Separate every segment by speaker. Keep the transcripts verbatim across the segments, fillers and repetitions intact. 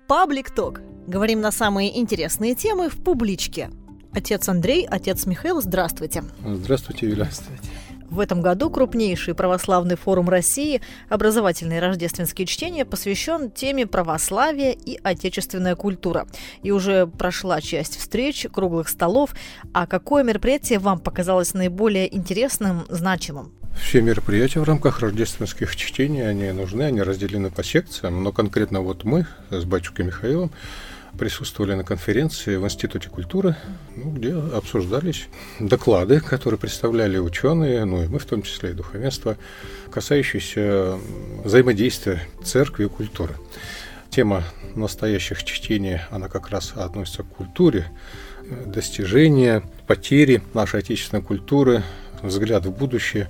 Speaker 1: Public Talk. Говорим на самые интересные темы в публичке. Отец Андрей, отец Михаил, здравствуйте.
Speaker 2: Здравствуйте, Юля. Здравствуйте.
Speaker 1: В этом году крупнейший православный форум России «Образовательные рождественские чтения» посвящен теме православия и отечественная культура. И уже прошла часть встреч, круглых столов. А какое мероприятие вам показалось наиболее интересным, значимым?
Speaker 2: Все мероприятия в рамках рождественских чтений, они нужны, они разделены по секциям. Но конкретно вот мы с батюшкой Михаилом присутствовали на конференции в Институте культуры, ну, где обсуждались доклады, которые представляли ученые, ну и мы в том числе и духовенство, касающиеся взаимодействия церкви и культуры. Тема настоящих чтений, она как раз относится к культуре, достижения, потери нашей отечественной культуры, взгляд в будущее.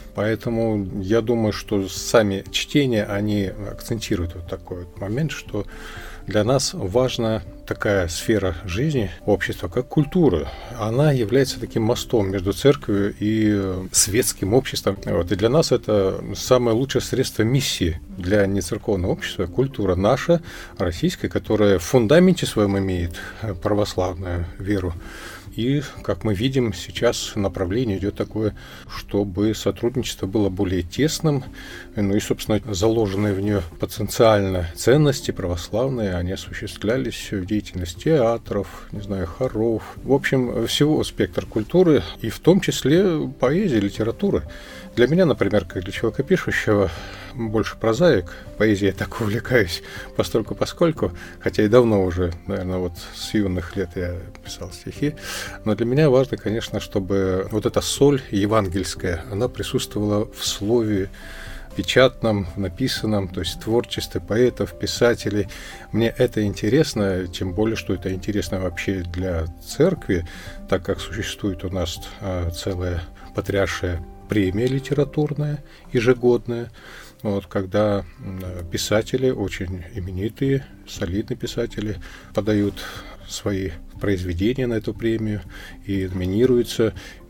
Speaker 2: Поэтому я думаю, что сами чтения, они акцентируют вот такой вот момент, что для нас важна такая сфера жизни общества, как культура. Она является таким мостом между церковью и светским обществом. Вот. И для нас это самое лучшее средство миссии для нецерковного общества. Культура наша, российская, которая в фундаменте своем имеет православную веру. И, как мы видим, сейчас направление идет такое, чтобы сотрудничество было более тесным. Ну и, собственно, заложенные в нее потенциально ценности православные, они осуществлялись в деятельности театров, не знаю, хоров. В общем, всего спектр культуры, и в том числе поэзии, литературы. Для меня, например, как для человека пишущего, больше прозаик, поэзией я так увлекаюсь постольку-поскольку, хотя и давно уже, наверное, вот с юных лет я писал стихи, но для меня важно, конечно, чтобы вот эта соль евангельская, она присутствовала в слове печатном, написанном, то есть творчестве поэтов, писателей. Мне это интересно, тем более, что это интересно вообще для церкви, так как существует у нас целая потрясшая премия литературная, ежегодная, вот, когда писатели, очень именитые, солидные писатели, подают свои произведения на эту премию и номинируются.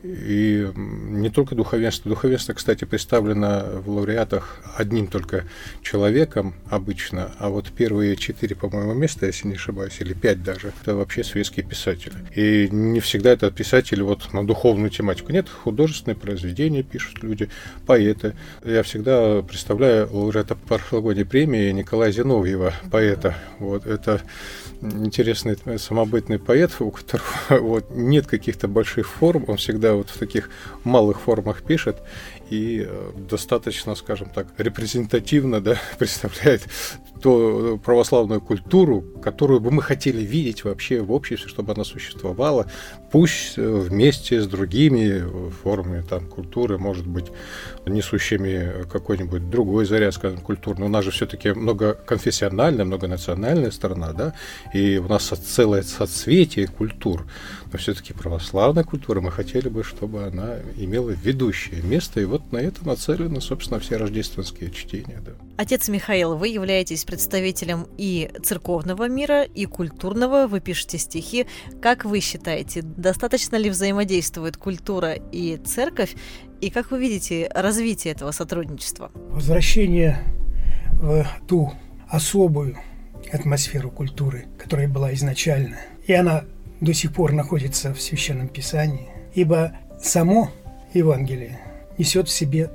Speaker 2: И не только духовенство. Духовенство, кстати, представлено в лауреатах одним только человеком обычно, а вот первые четыре, по-моему, места, если не ошибаюсь, или пять даже, это вообще светские писатели. И не всегда это писатели вот на духовную тематику. Нет, художественные произведения пишут люди, поэты. Я всегда представляю лауреата прошлогодней премии Николая Зиновьева, поэта. Вот это интересный самобытный поэт, у которого вот нет каких-то больших форм, он всегда вот в таких малых формах пишет и достаточно, скажем так, репрезентативно, да, представляет ту православную культуру, которую бы мы хотели видеть вообще в обществе, чтобы она существовала, пусть вместе с другими формами там, культуры, может быть, несущими какой-нибудь другой заряд, скажем, культурный. У нас же все-таки многоконфессиональная, многонациональная страна, да, и у нас целое соцветие культур, но все-таки православная культура, мы хотели бы, чтобы она имела ведущее место, и вот на это нацелены, собственно, все рождественские чтения. Да.
Speaker 1: Отец Михаил, вы являетесь представителем и церковного мира, и культурного, вы пишете стихи. Как вы считаете, достаточно ли взаимодействует культура и церковь, и как вы видите развитие этого сотрудничества?
Speaker 3: Возвращение в ту особую атмосферу культуры, которая была изначально, и она до сих пор находится в Священном Писании, ибо само Евангелие несет в себе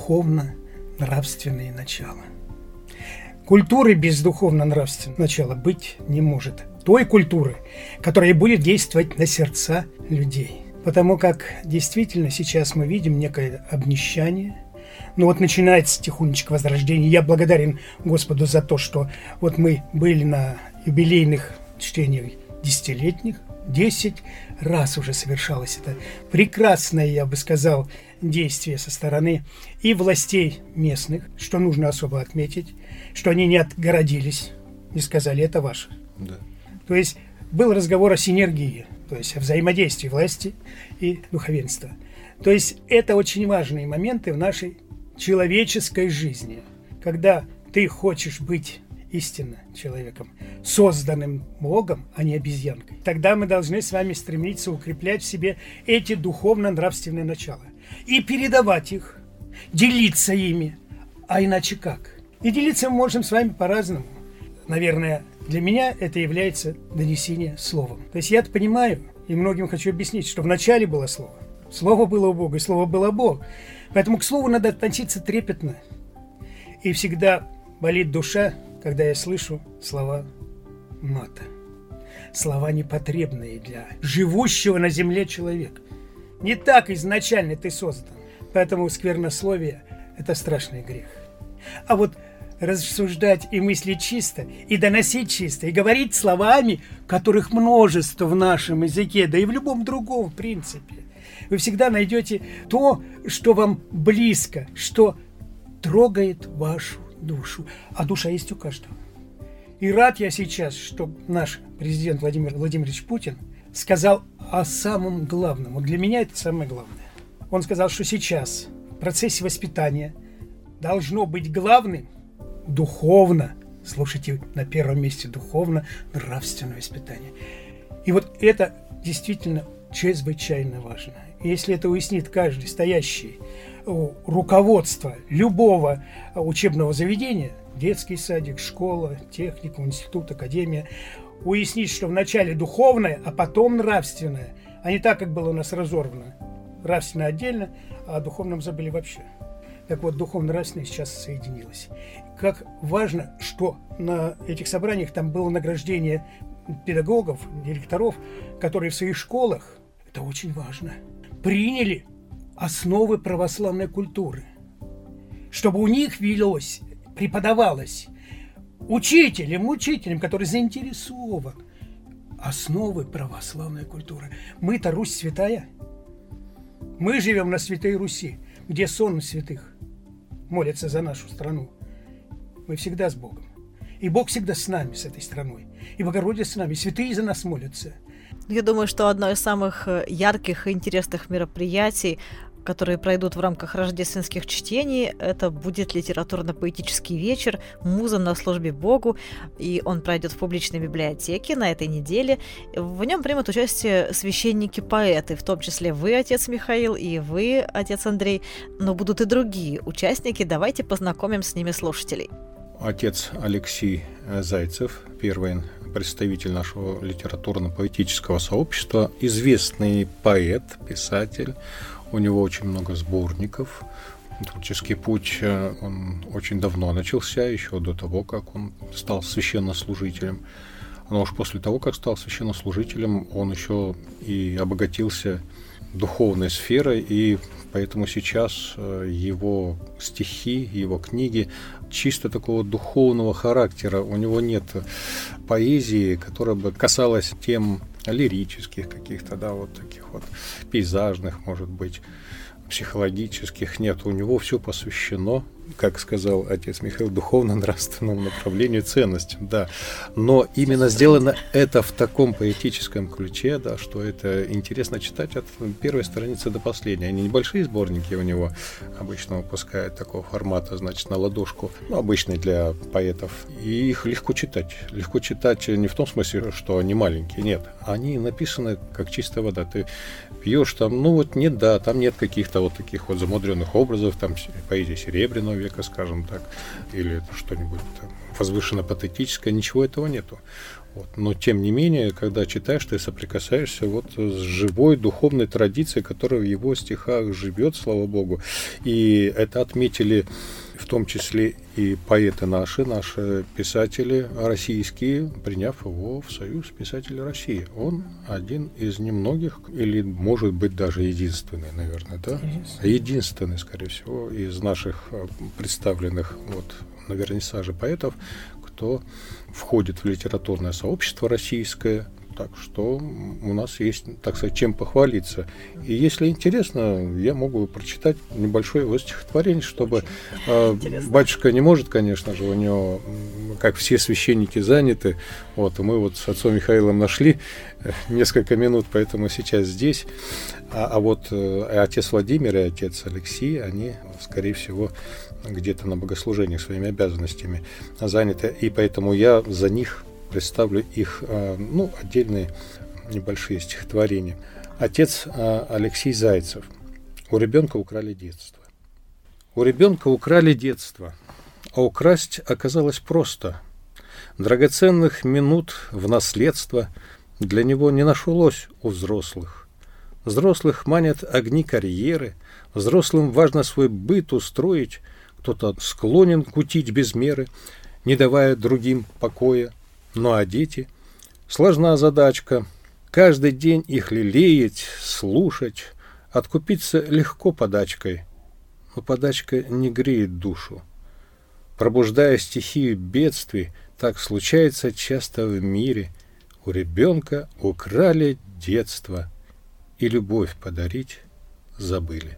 Speaker 3: духовно-нравственные начала. Культуры без духовно-нравственного начала быть не может. Той культуры, которая будет действовать на сердца людей. Потому как действительно сейчас мы видим некое обнищание. Ну вот начинается тихонечко возрождение. Я благодарен Господу за то, что вот мы были на юбилейных чтениях десятилетних. Десять раз уже совершалось это прекрасное, я бы сказал, действие со стороны и властей местных, что нужно особо отметить, что они не отгородились, не сказали, это ваше.
Speaker 2: Да.
Speaker 3: То есть был разговор о синергии, то есть о взаимодействии власти и духовенства. То есть это очень важные моменты в нашей человеческой жизни, когда ты хочешь быть истинно человеком, созданным Богом, а не обезьянкой. Тогда мы должны с вами стремиться укреплять в себе эти духовно-нравственные начала и передавать их, делиться ими, а иначе как? И делиться мы можем с вами по-разному. Наверное, Для меня это является донесение словом. То есть я понимаю, и многим хочу объяснить, что вначале было слово. Слово было у Бога, и слово было Бог. Поэтому к слову надо относиться трепетно. И всегда болит душа, когда я слышу слова мата. Слова непотребные для живущего на земле человека. Не так изначально ты создан. Поэтому сквернословие – это страшный грех. А вот рассуждать и мыслить чисто, и доносить чисто, и говорить словами, которых множество в нашем языке, да и в любом другом, в принципе. Вы всегда найдете то, что вам близко, что трогает вашу душу. А душа есть у каждого. И рад я сейчас, что наш президент Владимир Владимирович Путин сказал о самом главном. Вот для меня это самое главное. Он сказал, что сейчас в процессе воспитания должно быть главным духовно, слушайте, на первом месте духовно-нравственное воспитание. И вот это действительно чрезвычайно важно. И если это уяснит каждый стоящий у руководства любого учебного заведения, детский садик, школа, техникум, институт, академия, уяснить, что вначале духовное, а потом нравственное, а не так, как было у нас разорвано. Нравственное отдельно, а о духовном забыли вообще. Так вот, духовно-нравственное сейчас соединилось. Как важно, что на этих собраниях там было награждение педагогов, директоров, которые в своих школах, это очень важно, приняли основы православной культуры. Чтобы у них велось, преподавалось учителям, учителям, который заинтересован основы православной культуры. Мы-то Русь святая. Мы живем на Святой Руси, где сон святых молятся за нашу страну. Мы всегда с Богом. И Бог всегда с нами, с этой страной. И Богородица с нами. Святые за нас молятся.
Speaker 1: Я думаю, что одно из самых ярких и интересных мероприятий, которые пройдут в рамках рождественских чтений, это будет литературно-поэтический вечер «Муза на службе Богу», и он пройдет в публичной библиотеке на этой неделе. В нем примут участие священники-поэты, в том числе вы, отец Михаил, и вы, отец Андрей, но будут и другие участники. Давайте познакомим с ними слушателей.
Speaker 2: Отец Алексей Зайцев, первый представитель нашего литературно-поэтического сообщества, известный поэт, писатель. У него очень много сборников. Творческий путь он очень давно начался, еще до того, как он стал священнослужителем. Но уж после того, как стал священнослужителем, он еще и обогатился духовной сферой, и поэтому сейчас его стихи, его книги чисто такого духовного характера. У него нет поэзии, которая бы касалась тем лирических каких-то, да, вот таких вот пейзажных, может быть, психологических. Нет, у него все посвящено, как сказал отец Михаил, духовно-нравственному направлению, ценностям, да. Но именно сделано это в таком поэтическом ключе, да, что это интересно читать от первой страницы до последней. Они небольшие сборники у него обычно выпускают такого формата, значит, на ладошку, ну, обычный для поэтов. И их легко читать. Легко читать не в том смысле, что они маленькие, нет. Они написаны как чистая вода. Ты пьешь там, ну вот нет, да, там нет каких-то вот таких вот замудренных образов, там поэзия Серебряного века, скажем так, или что-нибудь там возвышенно-патетическое, ничего этого нету. Вот. Но тем не менее, когда читаешь, ты соприкасаешься вот с живой духовной традицией, которая в его стихах живет, слава Богу. И это отметили в том числе и поэты наши, наши писатели российские, приняв его в Союз писателей России. Он один из немногих, или, может быть, даже единственный, наверное, да? Единственный, единственный скорее всего, из наших представленных вот, на вернисаже поэтов, кто входит в литературное сообщество российское. Так что у нас есть, так сказать, чем похвалиться. И если интересно, я могу прочитать небольшое его стихотворение, чтобы э, батюшка не может, конечно же, у него, как все священники, заняты. Вот, и мы вот с отцом Михаилом нашли несколько минут, поэтому сейчас здесь. А, а вот э, отец Владимир и отец Алексей, они, скорее всего, где-то на богослужениях своими обязанностями заняты. И поэтому я за них представлю их, ну, отдельные небольшие стихотворения. Отец Алексей Зайцев. У ребенка украли детство. У ребенка украли детство, а украсть оказалось просто. Драгоценных минут в наследство для него не нашлось у взрослых. Взрослых манят огни карьеры, взрослым важно свой быт устроить, кто-то склонен кутить без меры, не давая другим покоя. Ну а дети — сложна задачка, каждый день их лелеять, слушать, откупиться легко подачкой, но подачка не греет душу. Пробуждая стихию бедствий, так случается часто в мире. У ребенка украли детство и любовь подарить забыли.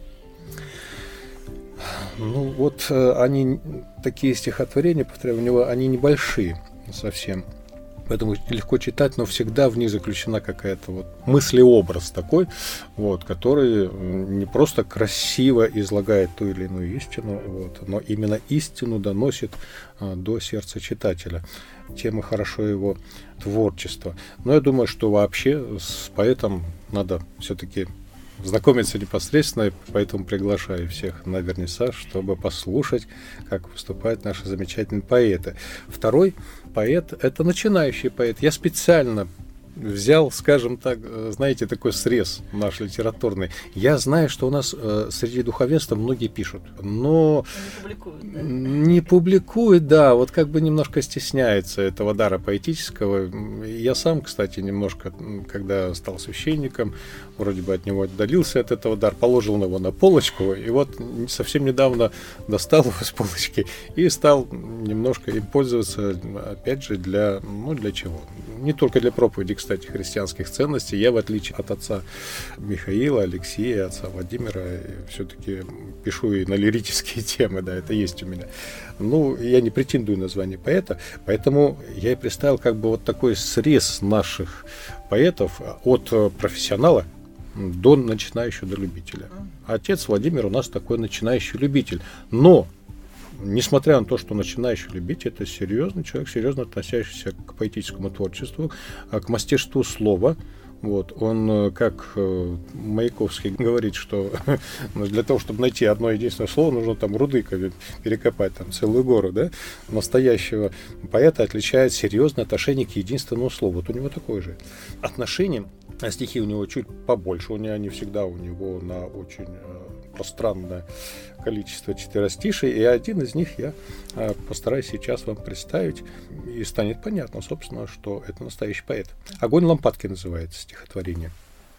Speaker 2: Ну вот они, такие стихотворения, повторяю, у него они небольшие совсем. Поэтому легко читать, но всегда в них заключена какая-то вот мыслеобраз такой, вот, который не просто красиво излагает ту или иную истину, вот, но именно истину доносит а, до сердца читателя. Тем и хорошо его творчество. Но я думаю, что вообще с поэтом надо все-таки знакомиться непосредственно, поэтому приглашаю всех на вернисаж, чтобы послушать, как выступают наши замечательные поэты. Второй поэт – это начинающий поэт. Я специально взял, скажем так, знаете, такой срез наш литературный. Я знаю, что у нас э, среди духовенства многие пишут, но не публикуют, да? не публикуют, да, вот как бы немножко стесняются этого дара поэтического. Я сам, кстати, немножко, когда стал священником, вроде бы от него отдалился от этого дара, положил его на полочку, и вот совсем недавно достал его с полочки и стал немножко им пользоваться, опять же, для, ну, для чего? Не только для проповеди, кстати, христианских ценностей. Я, в отличие от отца Михаила, Алексея, отца Владимира, все-таки пишу и на лирические темы, да, это есть у меня. Ну, я не претендую на звание поэта, поэтому я и представил как бы вот такой срез наших поэтов от профессионала до начинающего, до любителя. Отец Владимир у нас такой начинающий любитель. Но несмотря на то, что начинающий любитель, это серьезный человек, серьезно относящийся к поэтическому творчеству, к мастерству слова. Вот. Он, как Маяковский говорит, что для того, чтобы найти одно единственное слово, нужно там руды перекопать, там целую гору. Да? Настоящего поэта отличает серьезное отношение к единственному слову. Вот у него такое же отношение. А стихи у него чуть побольше, у него они всегда у него на очень пространное количество четверостишей, и один из них я э, постараюсь сейчас вам представить, и станет понятно, собственно, что это настоящий поэт. «Огонь лампадки» называется стихотворение.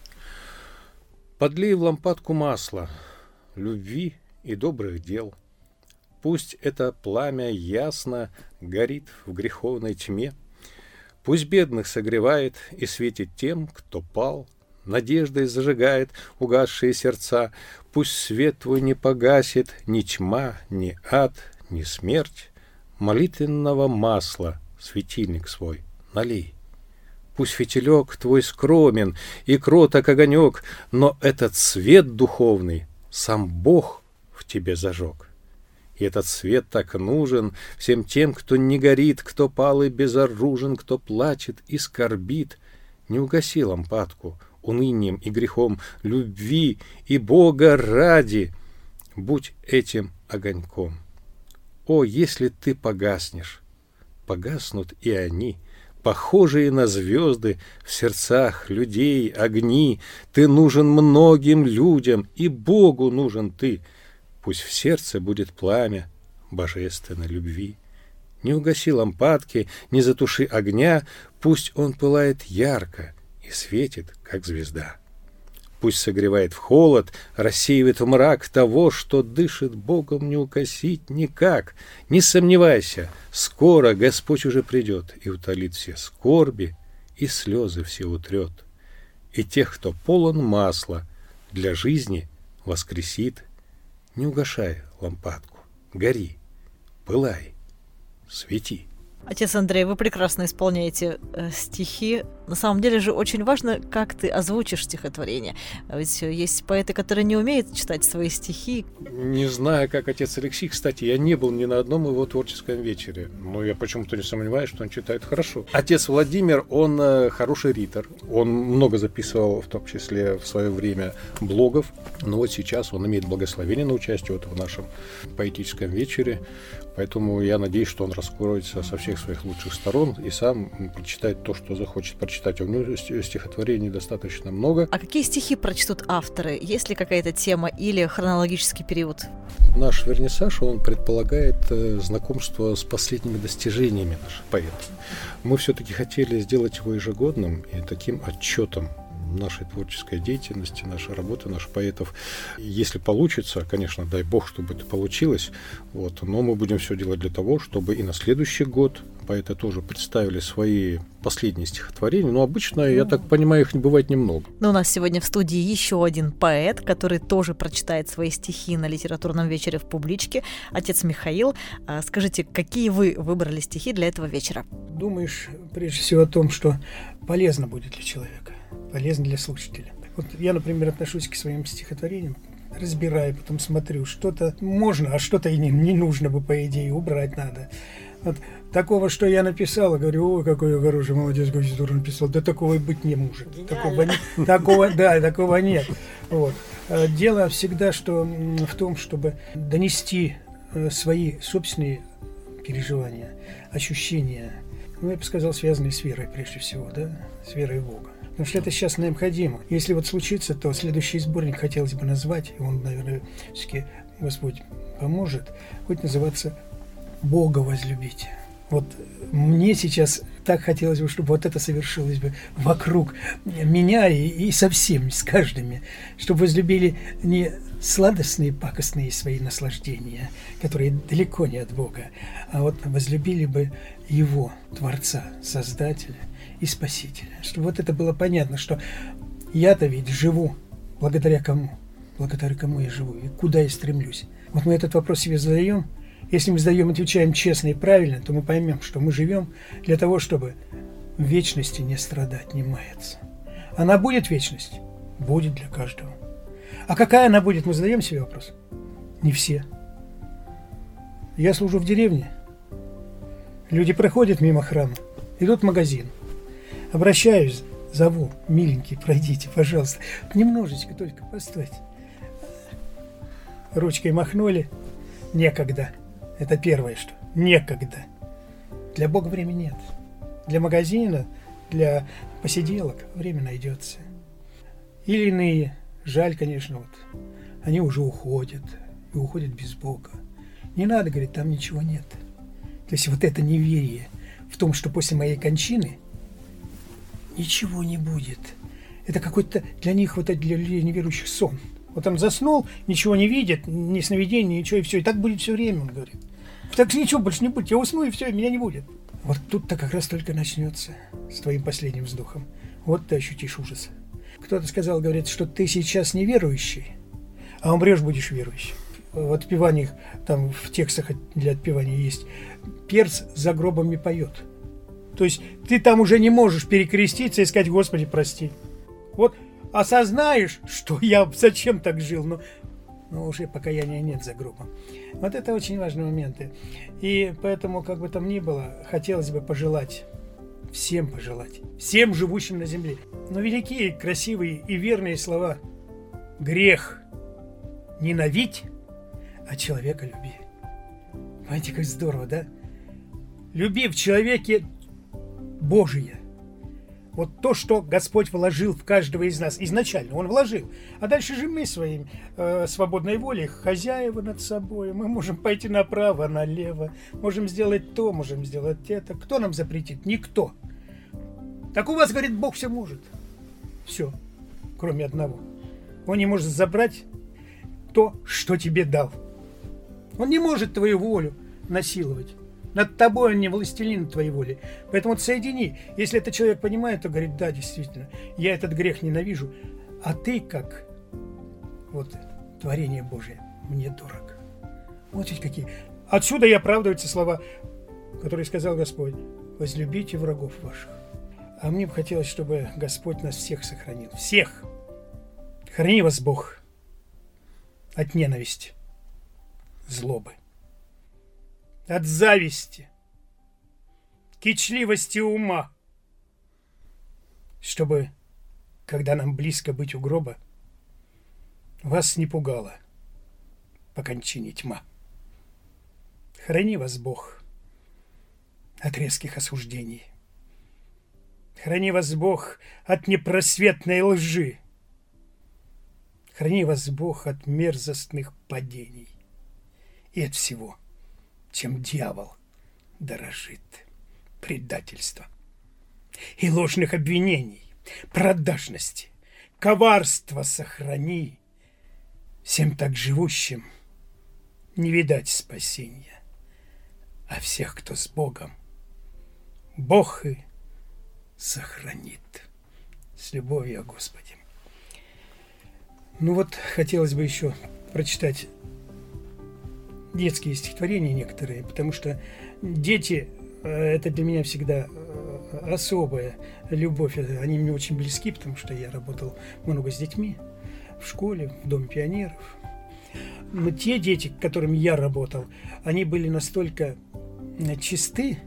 Speaker 2: «Подлей в лампадку масла, любви и добрых дел. Пусть это пламя ясно горит в греховной тьме. Пусть бедных согревает и светит тем, кто пал, надеждой зажигает угасшие сердца. Пусть свет твой не погасит ни тьма, ни ад, ни смерть. Молитвенного масла светильник свой налей. Пусть фитилек твой скромен и кроток огонек, но этот свет духовный сам Бог в тебе зажег. И этот свет так нужен всем тем, кто не горит, кто пал и безоружен, кто плачет и скорбит. Не угаси лампадку унынием и грехом любви и Бога ради, будь этим огоньком. О, если ты погаснешь, погаснут и они, похожие на звезды в сердцах людей огни. Ты нужен многим людям, и Богу нужен ты. Пусть в сердце будет пламя божественной любви. Не угаси лампадки, не затуши огня, пусть он пылает ярко и светит, как звезда. Пусть согревает в холод, рассеивает в мрак того, что дышит Богом не укосить никак. Не сомневайся, скоро Господь уже придет и утолит все скорби, и слезы все утрет. И тех, кто полон масла, для жизни воскресит. Не угашай лампадку, гори, пылай, свети.
Speaker 1: Отец Андрей, вы прекрасно исполняете э, стихи. На самом деле же очень важно, как ты озвучишь стихотворение. Ведь есть поэты, которые не умеют читать свои стихи.
Speaker 2: Не знаю, как отец Алексей, кстати, я не был ни на одном его творческом вечере, но я почему-то не сомневаюсь, что он читает хорошо. Отец Владимир, он э, хороший ритор, он много записывал, в том числе в свое время, блогов, но вот сейчас он имеет благословение на участие вот в нашем поэтическом вечере, поэтому я надеюсь, что он раскроется со всех своих лучших сторон и сам прочитает то, что захочет прочитать. А у него стихотворений достаточно много.
Speaker 1: А какие стихи прочтут авторы? Есть ли какая-то тема или хронологический период?
Speaker 2: Наш вернисаж, он предполагает э, знакомство с последними достижениями наших поэтов. Мы все-таки хотели сделать его ежегодным и таким отчетом нашей творческой деятельности, нашей работы, наших поэтов. Если получится, конечно, дай бог, чтобы это получилось, вот, но мы будем все делать для того, чтобы и на следующий год поэты тоже представили свои последние стихотворения. Но обычно, я так понимаю, их не бывает немного.
Speaker 1: Но у нас сегодня в студии еще один поэт, который тоже прочитает свои стихи на литературном вечере в Публичке. Отец Михаил, скажите, какие вы выбрали стихи для этого вечера?
Speaker 3: Думаешь, прежде всего, о том, что полезно будет для человека, полезно для слушателя. Вот я, например, отношусь к своим стихотворениям, разбираю, потом смотрю, что-то можно, а что-то и не, не нужно бы, по идее, убрать надо. Вот такого, что я написал, говорю, ой, какой я хороший, молодец, какой здорово написал. Да такого и быть не может. Такого, не, такого, да, такого нет. Вот. Дело всегда что, в том, чтобы донести свои собственные переживания, ощущения, ну, я бы сказал, связанные с верой прежде всего, да, с верой в Бога. Потому что это сейчас необходимо. Если вот случится, то следующий сборник хотелось бы назвать, и он, наверное, все-таки Господь поможет, будет называться «Бога возлюбите». Вот мне сейчас так хотелось бы, чтобы вот это совершилось бы вокруг меня и, и со всеми, с каждыми, чтобы возлюбили не сладостные, пакостные свои наслаждения, которые далеко не от Бога, а вот возлюбили бы Его, Творца, Создателя и Спасителя. Чтобы вот это было понятно, что я-то ведь живу благодаря кому? Благодаря кому я живу и куда я стремлюсь? Вот мы этот вопрос себе задаем. Если мы задаем, отвечаем честно и правильно, то мы поймем, что мы живем для того, чтобы в вечности не страдать, не маяться. Она будет вечность? Будет для каждого. А какая она будет, мы задаем себе вопрос? Не все. Я служу в деревне. Люди проходят мимо храма, идут в магазин. Обращаюсь, зову, миленький, пройдите, пожалуйста. Немножечко только, постойте. Ручкой махнули. Некогда. Это первое, что некогда. Для Бога времени нет. Для магазина, для посиделок время найдется. Или иные, жаль, конечно, вот, они уже уходят, и уходят без Бога. Не надо, говорит, там ничего нет. То есть вот это неверие в том, что после моей кончины ничего не будет. Это какой-то для них, вот для людей неверующих, сон. Вот он заснул, ничего не видит, ни сновидений, ничего, и все. И так будет все время, он говорит. Так ничего больше не будет. Я усну, и все, и меня не будет. Вот тут-то как раз только начнется с твоим последним вздохом. Вот ты ощутишь ужас. Кто-то сказал, говорит, что ты сейчас неверующий, а умрешь, будешь верующим. В отпеваниях, там в текстах для отпевания есть «Перц за гробом не поет». То есть ты там уже не можешь перекреститься и сказать «Господи, прости». Вот осознаешь, что я зачем так жил, но, но уже покаяния нет за гробом. Вот это очень важные моменты. И поэтому, как бы там ни было, хотелось бы пожелать, всем пожелать, всем живущим на земле. Но великие, красивые и верные слова: грех ненавидь, а человека люби. Понимаете, как здорово, да? Люби в человеке Божие. Вот то, что Господь вложил в каждого из нас изначально, Он вложил. А дальше же мы своей э, свободной волей хозяева над собой. Мы можем пойти направо, налево. Можем сделать то, можем сделать это. Кто нам запретит? Никто. Так у вас, говорит, Бог все может. Все, кроме одного. Он не может забрать то, что тебе дал. Он не может твою волю насиловать. Над тобой он не властелин твоей воли. Поэтому вот соедини. Если этот человек понимает, то говорит: да, действительно, я этот грех ненавижу, а ты, как вот творение Божие, мне дорог. Вот ведь какие. Отсюда и оправдываются слова, которые сказал Господь: возлюбите врагов ваших. А мне бы хотелось, чтобы Господь нас всех сохранил. Всех! Храни вас Бог от ненависти, злобы, от зависти, кичливости ума, чтобы, когда нам близко быть у гроба, вас не пугала по кончине тьма. Храни вас Бог от резких осуждений. Храни вас Бог от непросветной лжи. Храни вас Бог от мерзостных падений и от всего, чем дьявол дорожит. Предательства и ложных обвинений, продажности, коварства сохрани. Всем так живущим не видать спасения, а всех, кто с Богом, Бог и сохранит. С любовью о Господе. Ну вот, хотелось бы еще прочитать детские стихотворения некоторые, потому что дети – это для меня всегда особая любовь. Они мне очень близки, потому что я работал много с детьми в школе, в Доме пионеров. Но те дети, с которыми я работал, они были настолько чисты.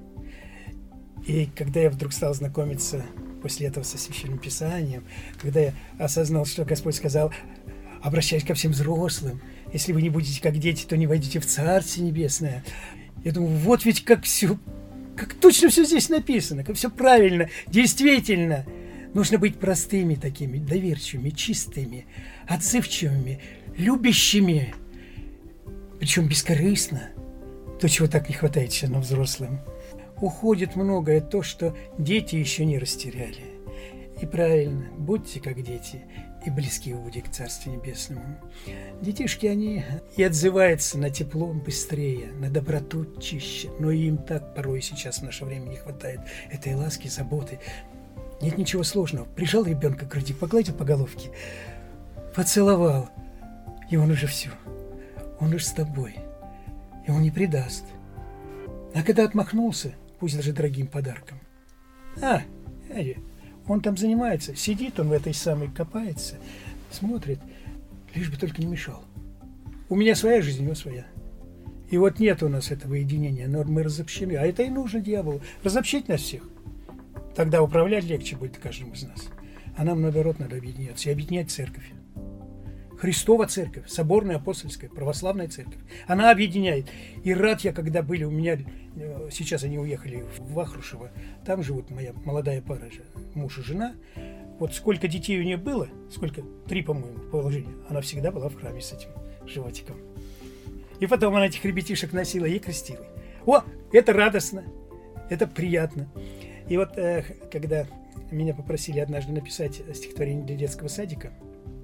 Speaker 3: И когда я вдруг стал знакомиться после этого со Священным Писанием, когда я осознал, что Господь сказал: обращаясь ко всем взрослым, если вы не будете как дети, то не войдете в Царствие Небесное. Я думаю, вот ведь как все, как точно все здесь написано, как все правильно, действительно. Нужно быть простыми такими, доверчивыми, чистыми, отзывчивыми, любящими, причем бескорыстно. То, чего так не хватает сейчас нам взрослым. Уходит многое то, что дети еще не растеряли. И правильно, будьте как дети, и близки вы будете к Царствию Небесному. Детишки, они и отзываются на тепло быстрее, на доброту чище, но им так порой сейчас в наше время не хватает этой ласки, заботы. Нет ничего сложного. Прижал ребенка к груди, погладил по головке, поцеловал, и он уже все. Он уже с тобой, и он не предаст. А когда отмахнулся, пусть даже дорогим подарком. А, он там занимается, сидит он в этой самой, копается, смотрит, лишь бы только не мешал. У меня своя жизнь, у него своя. И вот нет у нас этого единения, но мы разобщены. А это и нужно дьяволу, разобщить нас всех. Тогда управлять легче будет каждому из нас. А нам, наоборот, надо объединяться и объединять церковь. Христова церковь, соборная апостольская, православная церковь. Она объединяет. И рад я, когда были у меня, сейчас они уехали в Вахрушево, там живут моя молодая пара, муж и жена. Вот сколько детей у нее было, сколько, три, по-моему, по положению, она всегда была в храме с этим животиком. И потом она этих ребятишек носила и крестила. О, это радостно, это приятно. И вот, когда меня попросили однажды написать стихотворение для детского садика,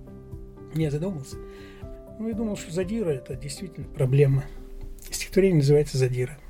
Speaker 3: я задумался. Ну, я думал, что задира – это действительно проблема. Стихотворение называется «Задира».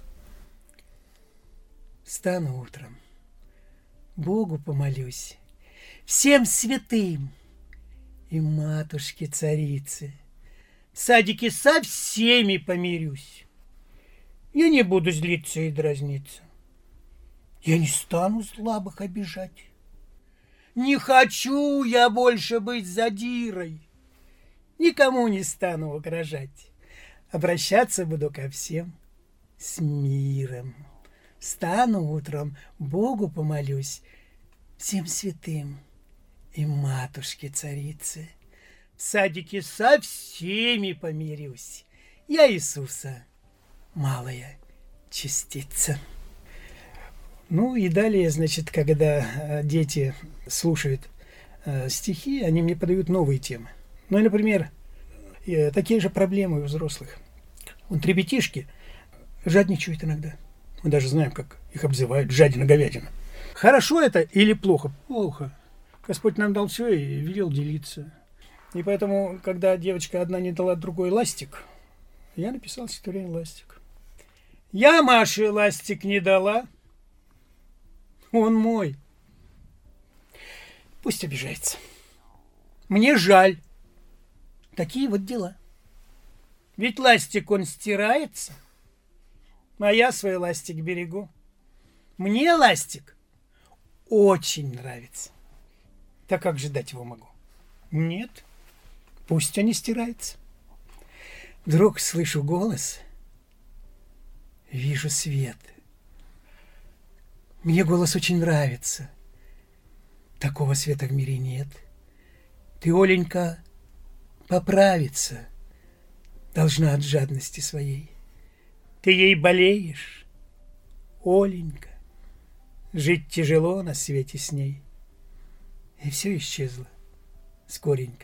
Speaker 3: Встану утром, Богу помолюсь, всем святым и матушке-царице. В садике со всеми помирюсь. Я не буду злиться и дразниться. Я не стану слабых обижать. Не хочу я больше быть задирой. Никому не стану угрожать. Обращаться буду ко всем с миром. Встану утром, Богу помолюсь, всем святым и матушке-царице. В садике со всеми помирюсь. Я Иисуса, малая частица. Ну и далее, значит, когда дети слушают э, стихи, они мне подают новые темы. Ну и, например, э, такие же проблемы у взрослых. Вот ребятишки жадничают иногда. Мы даже знаем, как их обзывают: жадина-говядина. Хорошо это или плохо? Плохо. Господь нам дал все и велел делиться. И поэтому, когда девочка одна не дала другой ластик, я написал стихотворение «Ластик». Я Маше ластик не дала, он мой. Пусть обижается. Мне жаль. Такие вот дела. Ведь ластик, он стирается, а я свой ластик берегу. Мне ластик очень нравится. Так как же дать его могу? Нет, пусть он не стирается. Вдруг слышу голос, вижу свет. Мне голос очень нравится. Такого света в мире нет. Ты, Оленька, поправиться должна от жадности своей. Ты ей болеешь, Оленька. Жить тяжело на свете с ней. И все исчезло скоренько.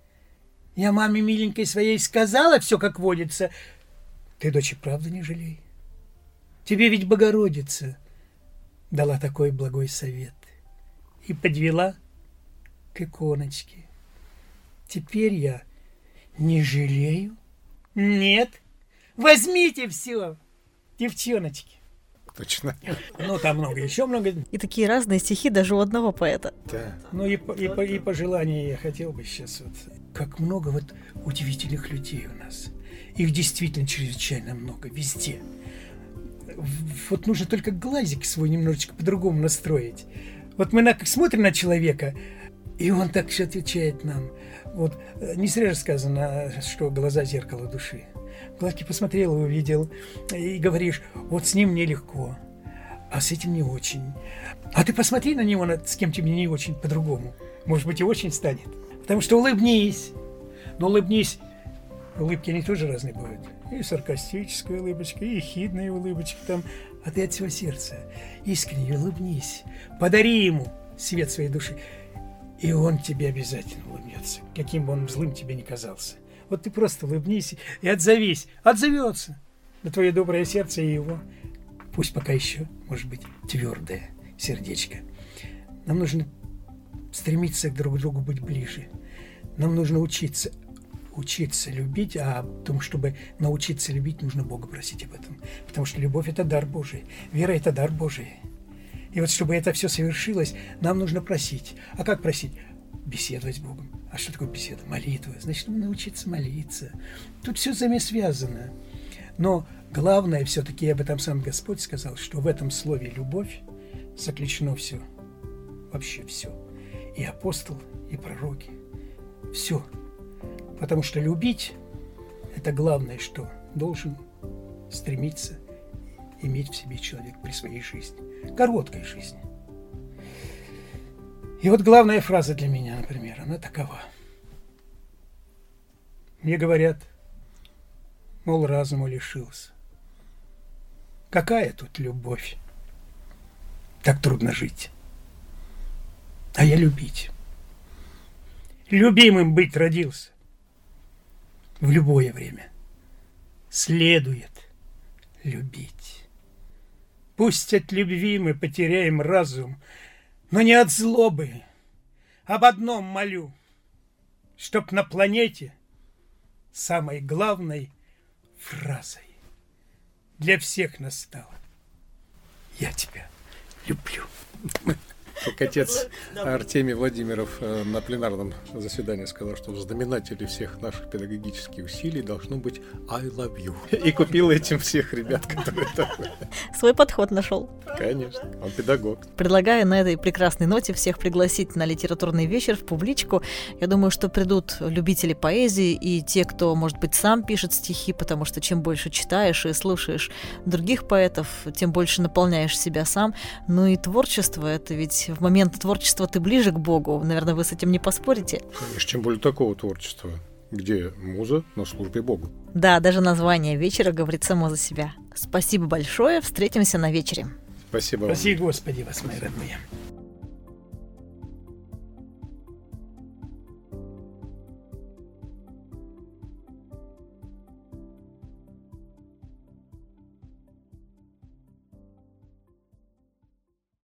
Speaker 3: Я маме миленькой своей сказала все, как водится. Ты, дочь, и правда не жалей. Тебе ведь Богородица дала такой благой совет и подвела к иконочке. Теперь я не жалею. Нет, возьмите все, девчоночки.
Speaker 2: Точно.
Speaker 3: Ну, там много, еще много.
Speaker 1: И такие разные стихи даже у одного поэта.
Speaker 2: Да.
Speaker 3: Ну, и, и, и, и пожелания я хотел бы сейчас вот. Как много вот удивительных людей у нас. Их действительно чрезвычайно много, везде. Вот нужно только глазик свой немножечко по-другому настроить. Вот мы на, как смотрим на человека, и он так все отвечает нам. Вот не зря же сказано, что глаза — зеркало души. В глазки посмотрел и увидел, и говоришь, вот с ним мне легко, а с этим не очень. А ты посмотри на него, с кем тебе не очень, по-другому. Может быть, и очень станет. Потому что улыбнись. Но улыбнись. Улыбки, они тоже разные бывают. И саркастическая улыбочка, и ехидная улыбочка там. А ты от всего сердца искренне улыбнись. Подари ему свет своей души. И он тебе обязательно улыбнется, каким бы он злым тебе ни казался. Вот ты просто улыбнись и отзовись. Отзовется на твое доброе сердце и его. Пусть пока еще, может быть, твердое сердечко. Нам нужно стремиться друг к другу быть ближе. Нам нужно учиться, учиться любить, а о том, чтобы научиться любить, нужно Бога просить об этом. Потому что любовь – это дар Божий, вера – это дар Божий. И вот чтобы это все совершилось, нам нужно просить. А как просить? Беседовать с Богом. А что такое беседа? Молитва. Значит, нужно научиться молиться. Тут все взаимосвязано. Но главное все-таки, об этом сам Господь сказал, что в этом слове «любовь» заключено все. Вообще все. И апостол, и пророки. Все. Потому что любить – это главное, что должен стремиться иметь в себе человек при своей жизни. Короткой жизни. И вот главная фраза для меня, например, она такова. Мне говорят, мол, разума лишился. Какая тут любовь? Так трудно жить. А я любить. Любимым быть родился. В любое время. Следует любить. Пусть от любви мы потеряем разум, но не от злобы. Об одном молю, чтоб на планете самой главной фразой для всех нас стало: я тебя люблю.
Speaker 2: Как отец Артемий Владимиров на пленарном заседании сказал, что в знаменателе всех наших педагогических усилий должно быть I love you. И купил этим всех ребят, которые там.
Speaker 1: Свой подход нашел.
Speaker 2: Конечно, он педагог.
Speaker 1: Предлагаю на этой прекрасной ноте всех пригласить на литературный вечер в публичку. Я думаю, что придут любители поэзии и те, кто, может быть, сам пишет стихи, потому что чем больше читаешь и слушаешь других поэтов, тем больше наполняешь себя сам. Ну и творчество — это ведь в момент творчества ты ближе к Богу. Наверное, вы с этим не поспорите.
Speaker 2: Конечно, тем более такого творчества, где муза на службе Богу.
Speaker 1: Да, даже название вечера говорит само за себя. Спасибо большое. Встретимся на вечере.
Speaker 2: Спасибо.
Speaker 3: Спаси, Господи, вас, мои родные.